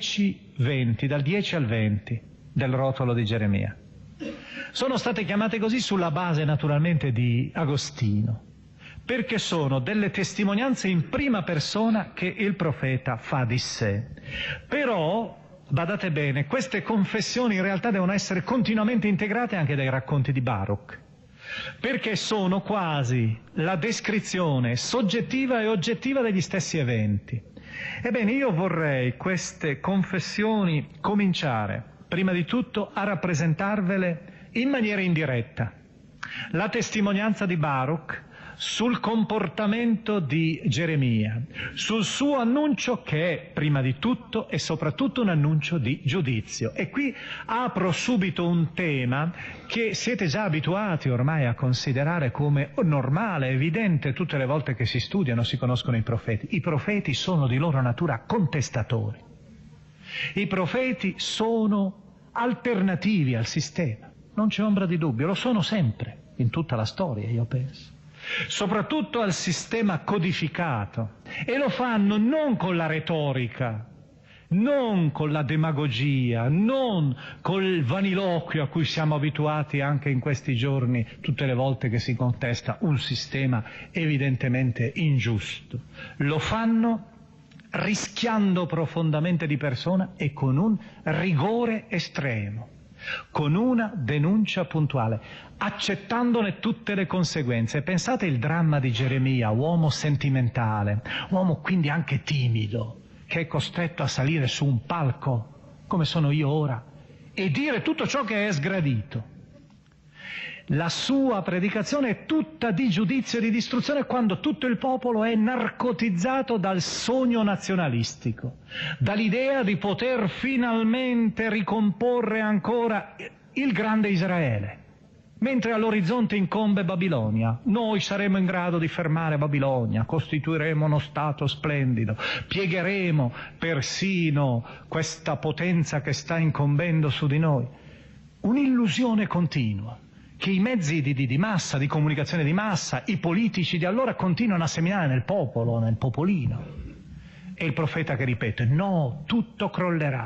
10-20, dal 10 al 20 del rotolo di Geremia. Sono state chiamate così sulla base naturalmente di Agostino, perché sono delle testimonianze in prima persona che il profeta fa di sé. Però, badate bene, queste confessioni in realtà devono essere continuamente integrate anche dai racconti di Baruch, perché sono quasi la descrizione soggettiva e oggettiva degli stessi eventi. Ebbene, io vorrei queste confessioni cominciare, prima di tutto, a rappresentarvele in maniera indiretta. La testimonianza di Baruch sul comportamento di Geremia, sul suo annuncio che è prima di tutto e soprattutto un annuncio di giudizio. E qui apro subito un tema che siete già abituati ormai a considerare come normale, evidente tutte le volte che si studiano, si conoscono i profeti. I profeti sono di loro natura contestatori. I profeti sono alternativi al sistema, non c'è ombra di dubbio, lo sono sempre, in tutta la storia, io penso. Soprattutto al sistema codificato, e lo fanno non con la retorica, non con la demagogia, non col vaniloquio a cui siamo abituati anche in questi giorni tutte le volte che si contesta un sistema evidentemente ingiusto. Lo fanno rischiando profondamente di persona e con un rigore estremo, con una denuncia puntuale, accettandone tutte le conseguenze. Pensate il dramma di Geremia, uomo sentimentale, uomo quindi anche timido, che è costretto a salire su un palco, come sono io ora, e dire tutto ciò che è sgradito. La sua predicazione è tutta di giudizio e di distruzione, quando tutto il popolo è narcotizzato dal sogno nazionalistico, dall'idea di poter finalmente ricomporre ancora il grande Israele, mentre all'orizzonte incombe Babilonia. Noi saremo in grado di fermare Babilonia, costituiremo uno Stato splendido, piegheremo persino questa potenza che sta incombendo su di noi. Un'illusione continua che i mezzi di massa, di comunicazione di massa, i politici di allora continuano a seminare nel popolo, nel popolino. E il profeta che ripete: no, tutto crollerà.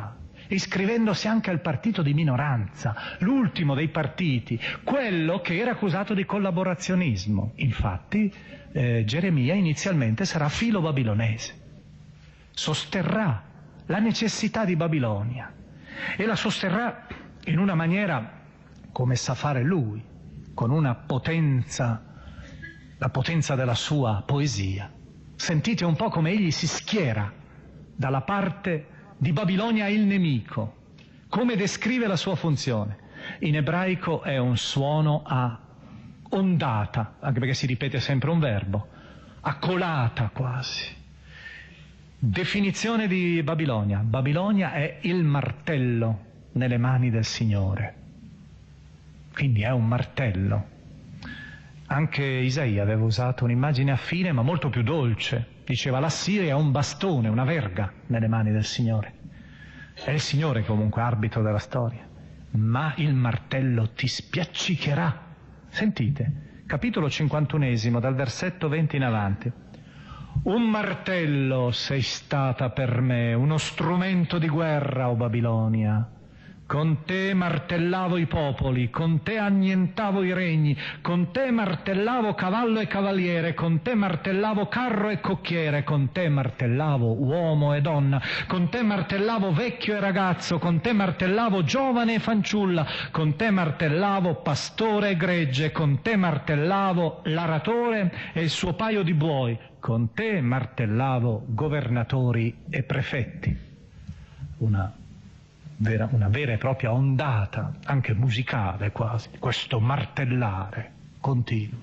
iscrivendosi anche al partito di minoranza, l'ultimo dei partiti, quello che era accusato di collaborazionismo. Infatti Geremia inizialmente sarà filo babilonese, sosterrà la necessità di Babilonia e la sosterrà in una maniera come sa fare lui, con una potenza, la potenza della sua poesia. Sentite un po' come egli si schiera dalla parte di Babilonia il nemico, come descrive la sua funzione. In ebraico è un suono a ondata, anche perché si ripete sempre un verbo, a colata quasi. Definizione di Babilonia. Babilonia è il martello nelle mani del Signore. Quindi è un martello. Anche Isaia aveva usato un'immagine affine ma molto più dolce. Diceva l'Assiria è un bastone, una verga nelle mani del Signore. È il Signore comunque arbitro della storia. Ma il martello ti spiaccicherà. Sentite, capitolo 51, dal versetto 20 in avanti. Un martello sei stata per me, uno strumento di guerra, o Babilonia. Con te martellavo i popoli, con te annientavo i regni, con te martellavo cavallo e cavaliere, con te martellavo carro e cocchiere, con te martellavo uomo e donna, con te martellavo vecchio e ragazzo, con te martellavo giovane e fanciulla, con te martellavo pastore e gregge, con te martellavo l'aratore e il suo paio di buoi, con te martellavo governatori e prefetti. Una vera e propria ondata, anche musicale quasi, questo martellare continuo.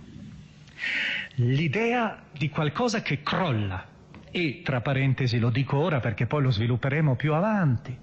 L'idea di qualcosa che crolla, e tra parentesi lo dico ora perché poi lo svilupperemo più avanti,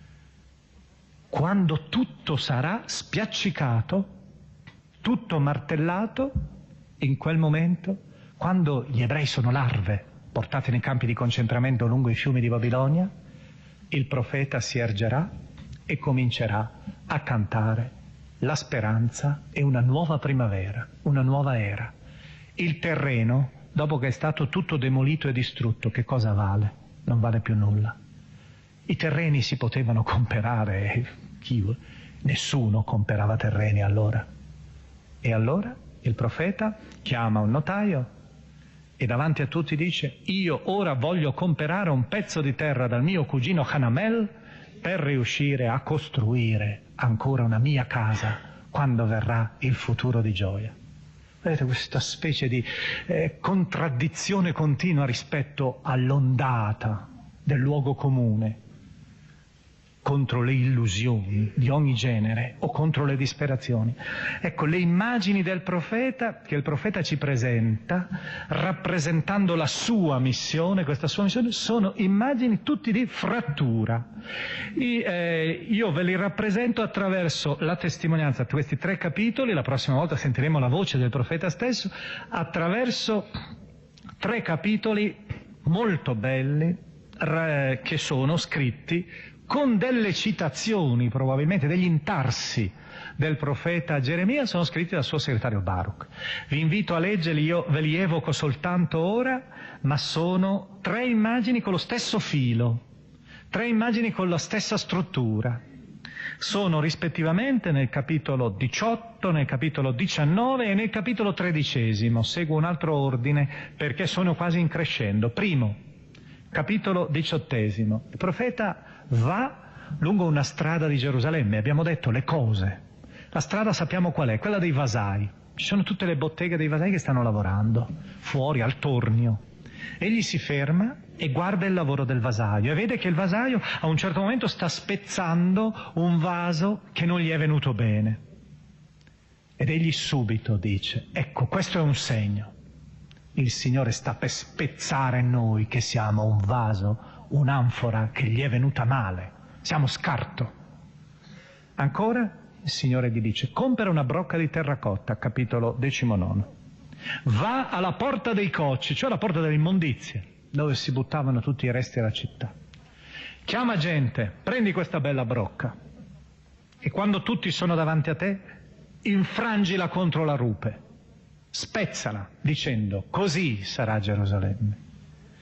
quando tutto sarà spiaccicato, tutto martellato, in quel momento, quando gli ebrei sono larve portate nei campi di concentramento lungo i fiumi di Babilonia, il profeta si ergerà e comincerà a cantare la speranza e una nuova primavera, una nuova era. Il terreno, dopo che è stato tutto demolito e distrutto, che cosa vale? Non vale più nulla. I terreni si potevano comprare, nessuno comprava terreni allora. E allora il profeta chiama un notaio e davanti a tutti dice: io ora voglio comprare un pezzo di terra dal mio cugino Hanamel per riuscire a costruire ancora una mia casa quando verrà il futuro di gioia. Vedete questa specie di contraddizione continua rispetto all'ondata del luogo comune, contro le illusioni di ogni genere o contro le disperazioni. Ecco, le immagini del profeta, che il profeta ci presenta, rappresentando la sua missione, questa sua missione, sono immagini tutti di frattura. Io ve li rappresento attraverso la testimonianza di questi 3 capitoli, la prossima volta sentiremo la voce del profeta stesso, attraverso 3 capitoli molto belli che sono scritti con delle citazioni, probabilmente degli intarsi del profeta Geremia, sono scritti dal suo segretario Baruch. Vi invito a leggerli, io ve li evoco soltanto ora, ma sono 3 immagini con lo stesso filo, 3 immagini con la stessa struttura. Sono rispettivamente nel capitolo 18, nel capitolo 19 e nel capitolo 13. Seguo un altro ordine perché sono quasi in crescendo. Primo, capitolo 18. Il profeta va lungo una strada di Gerusalemme, abbiamo detto le cose. La strada sappiamo qual è, quella dei vasai. Ci sono tutte le botteghe dei vasai che stanno lavorando, fuori al tornio. Egli si ferma e guarda il lavoro del vasaio e vede che il vasaio a un certo momento sta spezzando un vaso che non gli è venuto bene. Ed egli subito dice: ecco, questo è un segno. Il Signore sta per spezzare noi che siamo un vaso, un'anfora che gli è venuta male, siamo scarto. Ancora il Signore gli dice: compera una brocca di terracotta, capitolo 19. Va alla porta dei cocci, cioè la porta delle immondizie, dove si buttavano tutti i resti della città. Chiama gente, prendi questa bella brocca e quando tutti sono davanti a te, infrangila contro la rupe, spezzala, dicendo: così sarà Gerusalemme.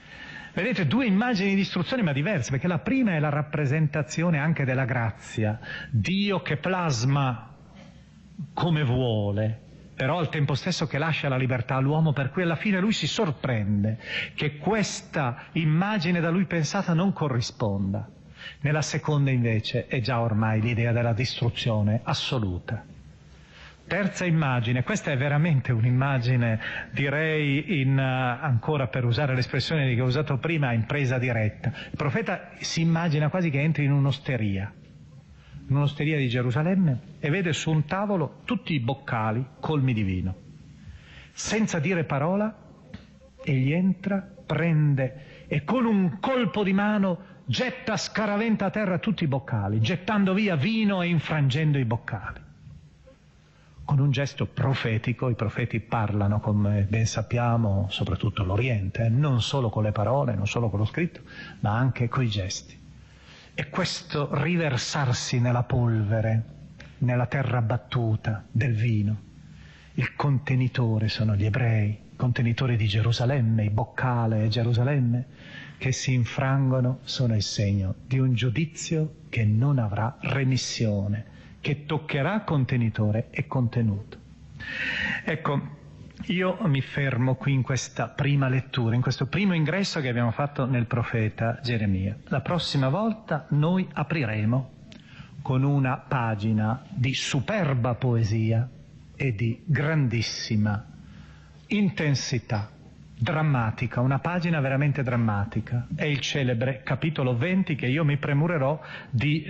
Vedete, due immagini di istruzione ma diverse, perché la prima è la rappresentazione anche della grazia, Dio che plasma come vuole, però al tempo stesso che lascia la libertà all'uomo, per cui alla fine lui si sorprende che questa immagine da lui pensata non corrisponda. Nella seconda invece è già ormai l'idea della distruzione assoluta. Terza immagine, questa è veramente un'immagine, direi, ancora per usare l'espressione che ho usato prima, in presa diretta. Il profeta si immagina quasi che entri in un'osteria di Gerusalemme, e vede su un tavolo tutti i boccali colmi di vino. Senza dire parola, egli entra, prende e con un colpo di mano scaraventa a terra tutti i boccali, gettando via vino e infrangendo i boccali. Con un gesto profetico, i profeti parlano, come ben sappiamo, soprattutto l'Oriente, non solo con le parole, non solo con lo scritto, ma anche coi gesti. E questo riversarsi nella polvere, nella terra battuta del vino, il contenitore sono gli ebrei, il contenitore di Gerusalemme, i boccali e Gerusalemme, che si infrangono sono il segno di un giudizio che non avrà remissione, che toccherà contenitore e contenuto. Ecco, io mi fermo qui in questa prima lettura, in questo primo ingresso che abbiamo fatto nel profeta Geremia. La prossima volta noi apriremo con una pagina di superba poesia e di grandissima intensità, drammatica, una pagina veramente drammatica. È il celebre capitolo 20 che io mi premurerò di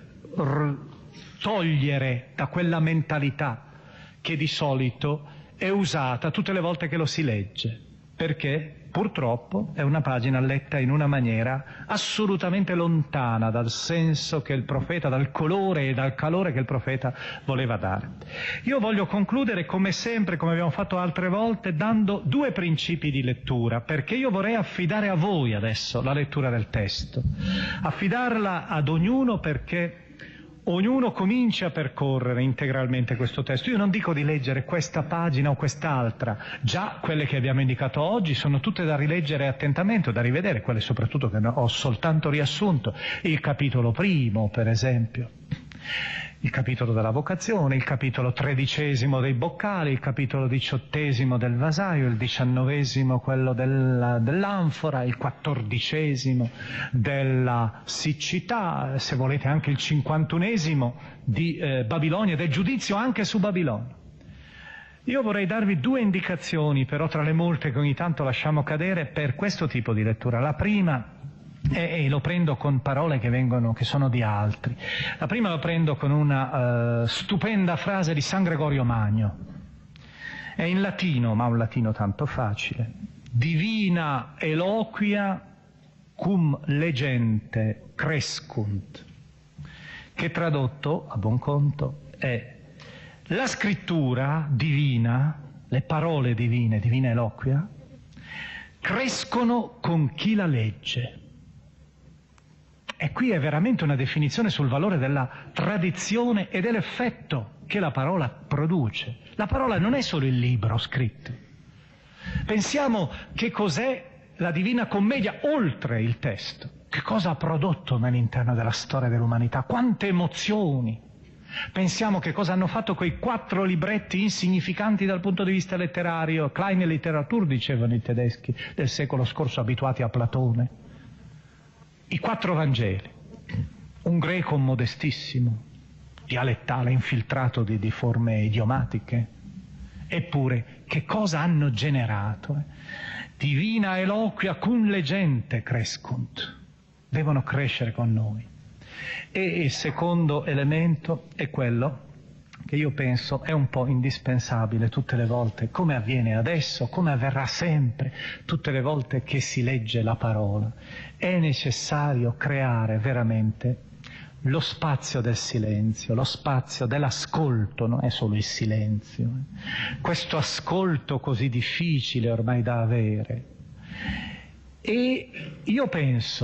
togliere da quella mentalità che di solito è usata tutte le volte che lo si legge, perché purtroppo è una pagina letta in una maniera assolutamente lontana dal senso che il profeta, dal colore e dal calore che il profeta voleva dare. Io voglio concludere come sempre, come abbiamo fatto altre volte, dando due principi di lettura, perché io vorrei affidare a voi adesso la lettura del testo, affidarla ad ognuno perché ognuno comincia a percorrere integralmente questo testo. Io non dico di leggere questa pagina o quest'altra, già quelle che abbiamo indicato oggi sono tutte da rileggere attentamente, o da rivedere, quelle soprattutto che ho soltanto riassunto, il capitolo primo per esempio, il capitolo della vocazione, il capitolo 13 dei boccali, il capitolo 18 del vasaio, il 19 quello dell'anfora, il 14 della siccità, se volete anche il 51 di Babilonia, del giudizio anche su Babilonia. Io vorrei darvi due indicazioni, però tra le molte che ogni tanto lasciamo cadere, per questo tipo di lettura. La prima, e lo prendo con parole che sono di altri. La prima la prendo con una stupenda frase di San Gregorio Magno. È in latino, ma un latino tanto facile. Divina eloquia cum legente crescunt, che tradotto, a buon conto, è: la scrittura divina, le parole divine, divina eloquia, crescono con chi la legge. E qui è veramente una definizione sul valore della tradizione e dell'effetto che la parola produce. La parola non è solo il libro scritto. Pensiamo che cos'è la Divina Commedia oltre il testo. Che cosa ha prodotto nell'interno della storia dell'umanità? Quante emozioni! Pensiamo che cosa hanno fatto quei 4 libretti insignificanti dal punto di vista letterario, Kleine Literatur dicevano i tedeschi del secolo scorso, abituati a Platone. I 4 Vangeli, un greco modestissimo, dialettale, infiltrato di forme idiomatiche, eppure che cosa hanno generato? Divina eloquia cum legente crescunt, devono crescere con noi. E il secondo elemento è quello che io penso è un po' indispensabile tutte le volte, come avviene adesso, come avverrà sempre, tutte le volte che si legge la parola. È necessario creare veramente lo spazio del silenzio, lo spazio dell'ascolto, non è solo il silenzio. Questo ascolto così difficile ormai da avere. E io penso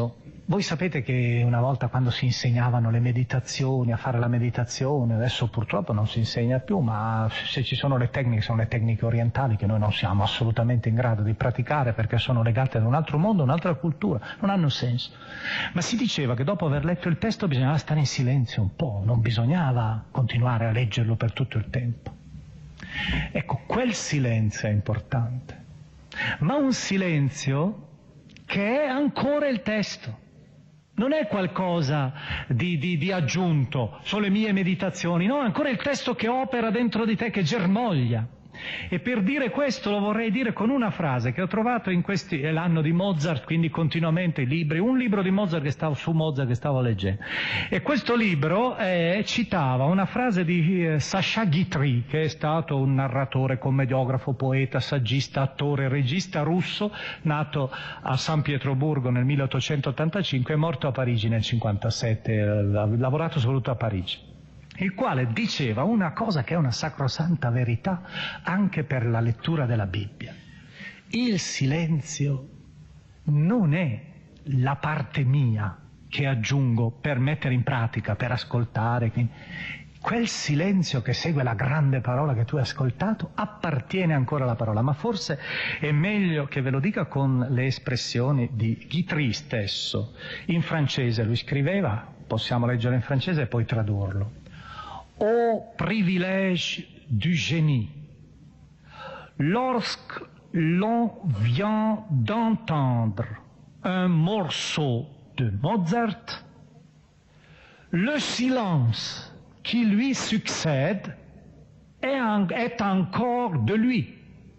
Voi sapete che una volta, quando si insegnavano le meditazioni, a fare la meditazione, adesso purtroppo non si insegna più, ma se ci sono le tecniche orientali che noi non siamo assolutamente in grado di praticare perché sono legate ad un altro mondo, un'altra cultura, non hanno senso. Ma si diceva che dopo aver letto il testo bisognava stare in silenzio un po', non bisognava continuare a leggerlo per tutto il tempo. Ecco, quel silenzio è importante, ma un silenzio che è ancora il testo. Non è qualcosa di aggiunto, sono le mie meditazioni, no, è ancora il testo che opera dentro di te, che germoglia. E per dire questo lo vorrei dire con una frase che ho trovato è l'anno di Mozart, quindi continuamente i libri, un libro di Mozart su Mozart che stavo leggendo. E questo libro citava una frase di Sacha Guitry, che è stato un narratore, commediografo, poeta, saggista, attore, regista russo, nato a San Pietroburgo nel 1885 e morto a Parigi nel 1957, ha lavorato soprattutto a Parigi, il quale diceva una cosa che è una sacrosanta verità anche per la lettura della Bibbia. Il silenzio non è la parte mia che aggiungo per mettere in pratica, per ascoltare. Quel silenzio che segue la grande parola che tu hai ascoltato appartiene ancora alla parola, ma forse è meglio che ve lo dica con le espressioni di Guitry stesso. In francese lui scriveva, possiamo leggerlo in francese e poi tradurlo. Ô privilège du génie, lorsque l'on vient d'entendre un morceau de Mozart, le silence qui lui succède est encore de lui.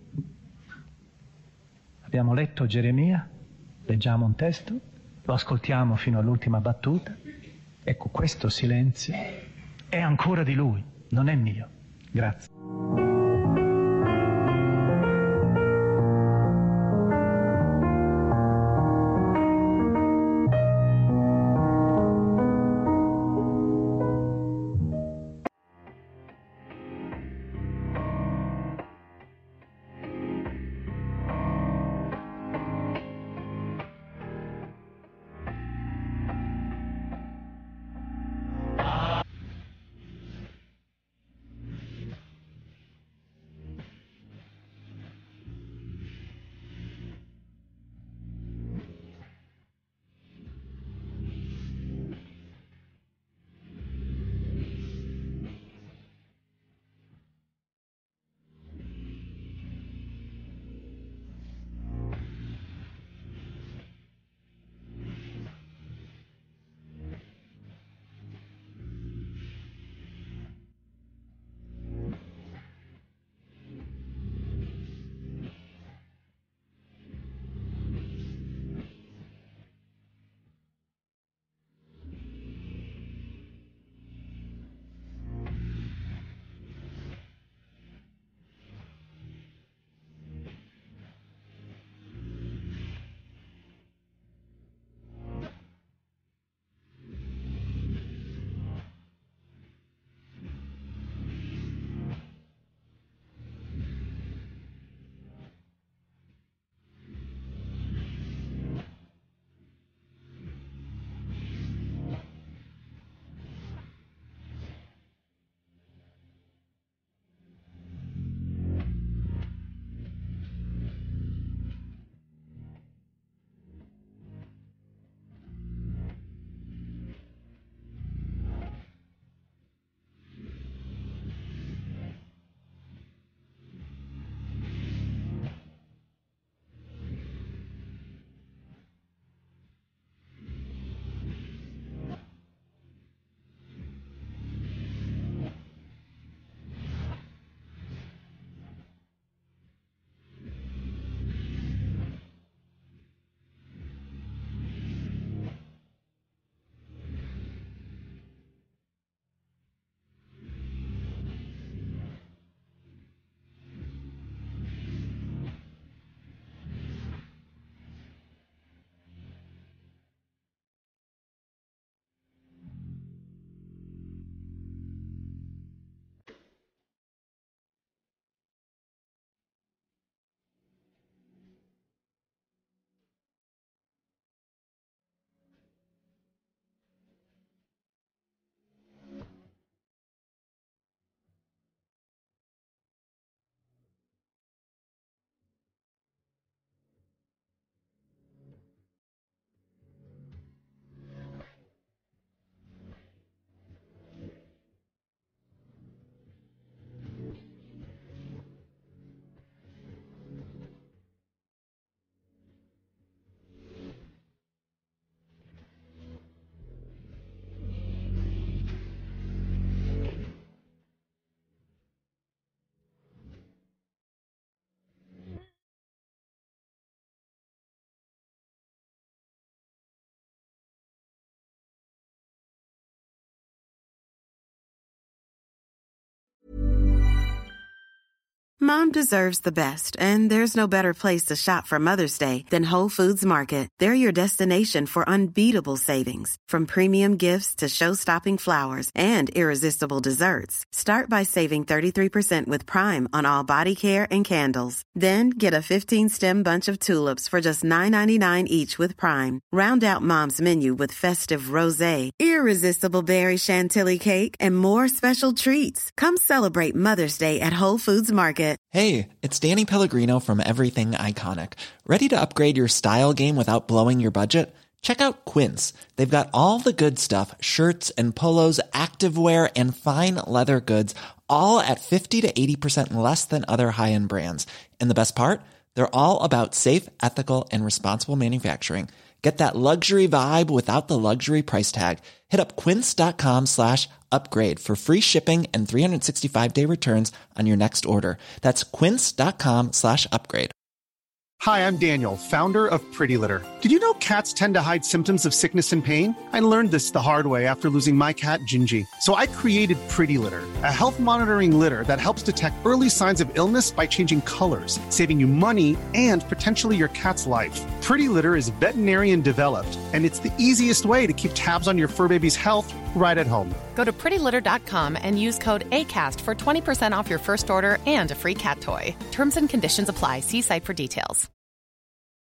Abbiamo letto Geremia, leggiamo un testo, lo ascoltiamo fino all'ultima battuta. Ecco, questo silenzio è ancora di lui, non è mio. Grazie. Mom deserves the best, and there's no better place to shop for Mother's Day than Whole Foods Market. They're your destination for unbeatable savings, from premium gifts to show-stopping flowers and irresistible desserts. Start by saving 33% with Prime on all body care and candles. Then get a 15-stem bunch of tulips for just $9.99 each with Prime. Round out Mom's menu with festive rosé, irresistible berry chantilly cake, and more special treats. Come celebrate Mother's Day at Whole Foods Market. Hey, it's Danny Pellegrino from Everything Iconic. Ready to upgrade your style game without blowing your budget? Check out Quince. They've got all the good stuff, shirts and polos, activewear, and fine leather goods, all at 50 to 80% less than other high-end brands. And the best part? They're all about safe, ethical, and responsible manufacturing. Get that luxury vibe without the luxury price tag. Hit up quince.com/upgrade for free shipping and 365-day returns on your next order. That's quince.com/upgrade. Hi, I'm Daniel, founder of Pretty Litter. Did you know cats tend to hide symptoms of sickness and pain? I learned this the hard way after losing my cat, Gingy. So I created Pretty Litter, a health monitoring litter that helps detect early signs of illness by changing colors, saving you money and potentially your cat's life. Pretty Litter is veterinarian developed, and it's the easiest way to keep tabs on your fur baby's health right at home. Go to prettylitter.com and use code ACAST for 20% off your first order and a free cat toy. Terms and conditions apply. See site for details.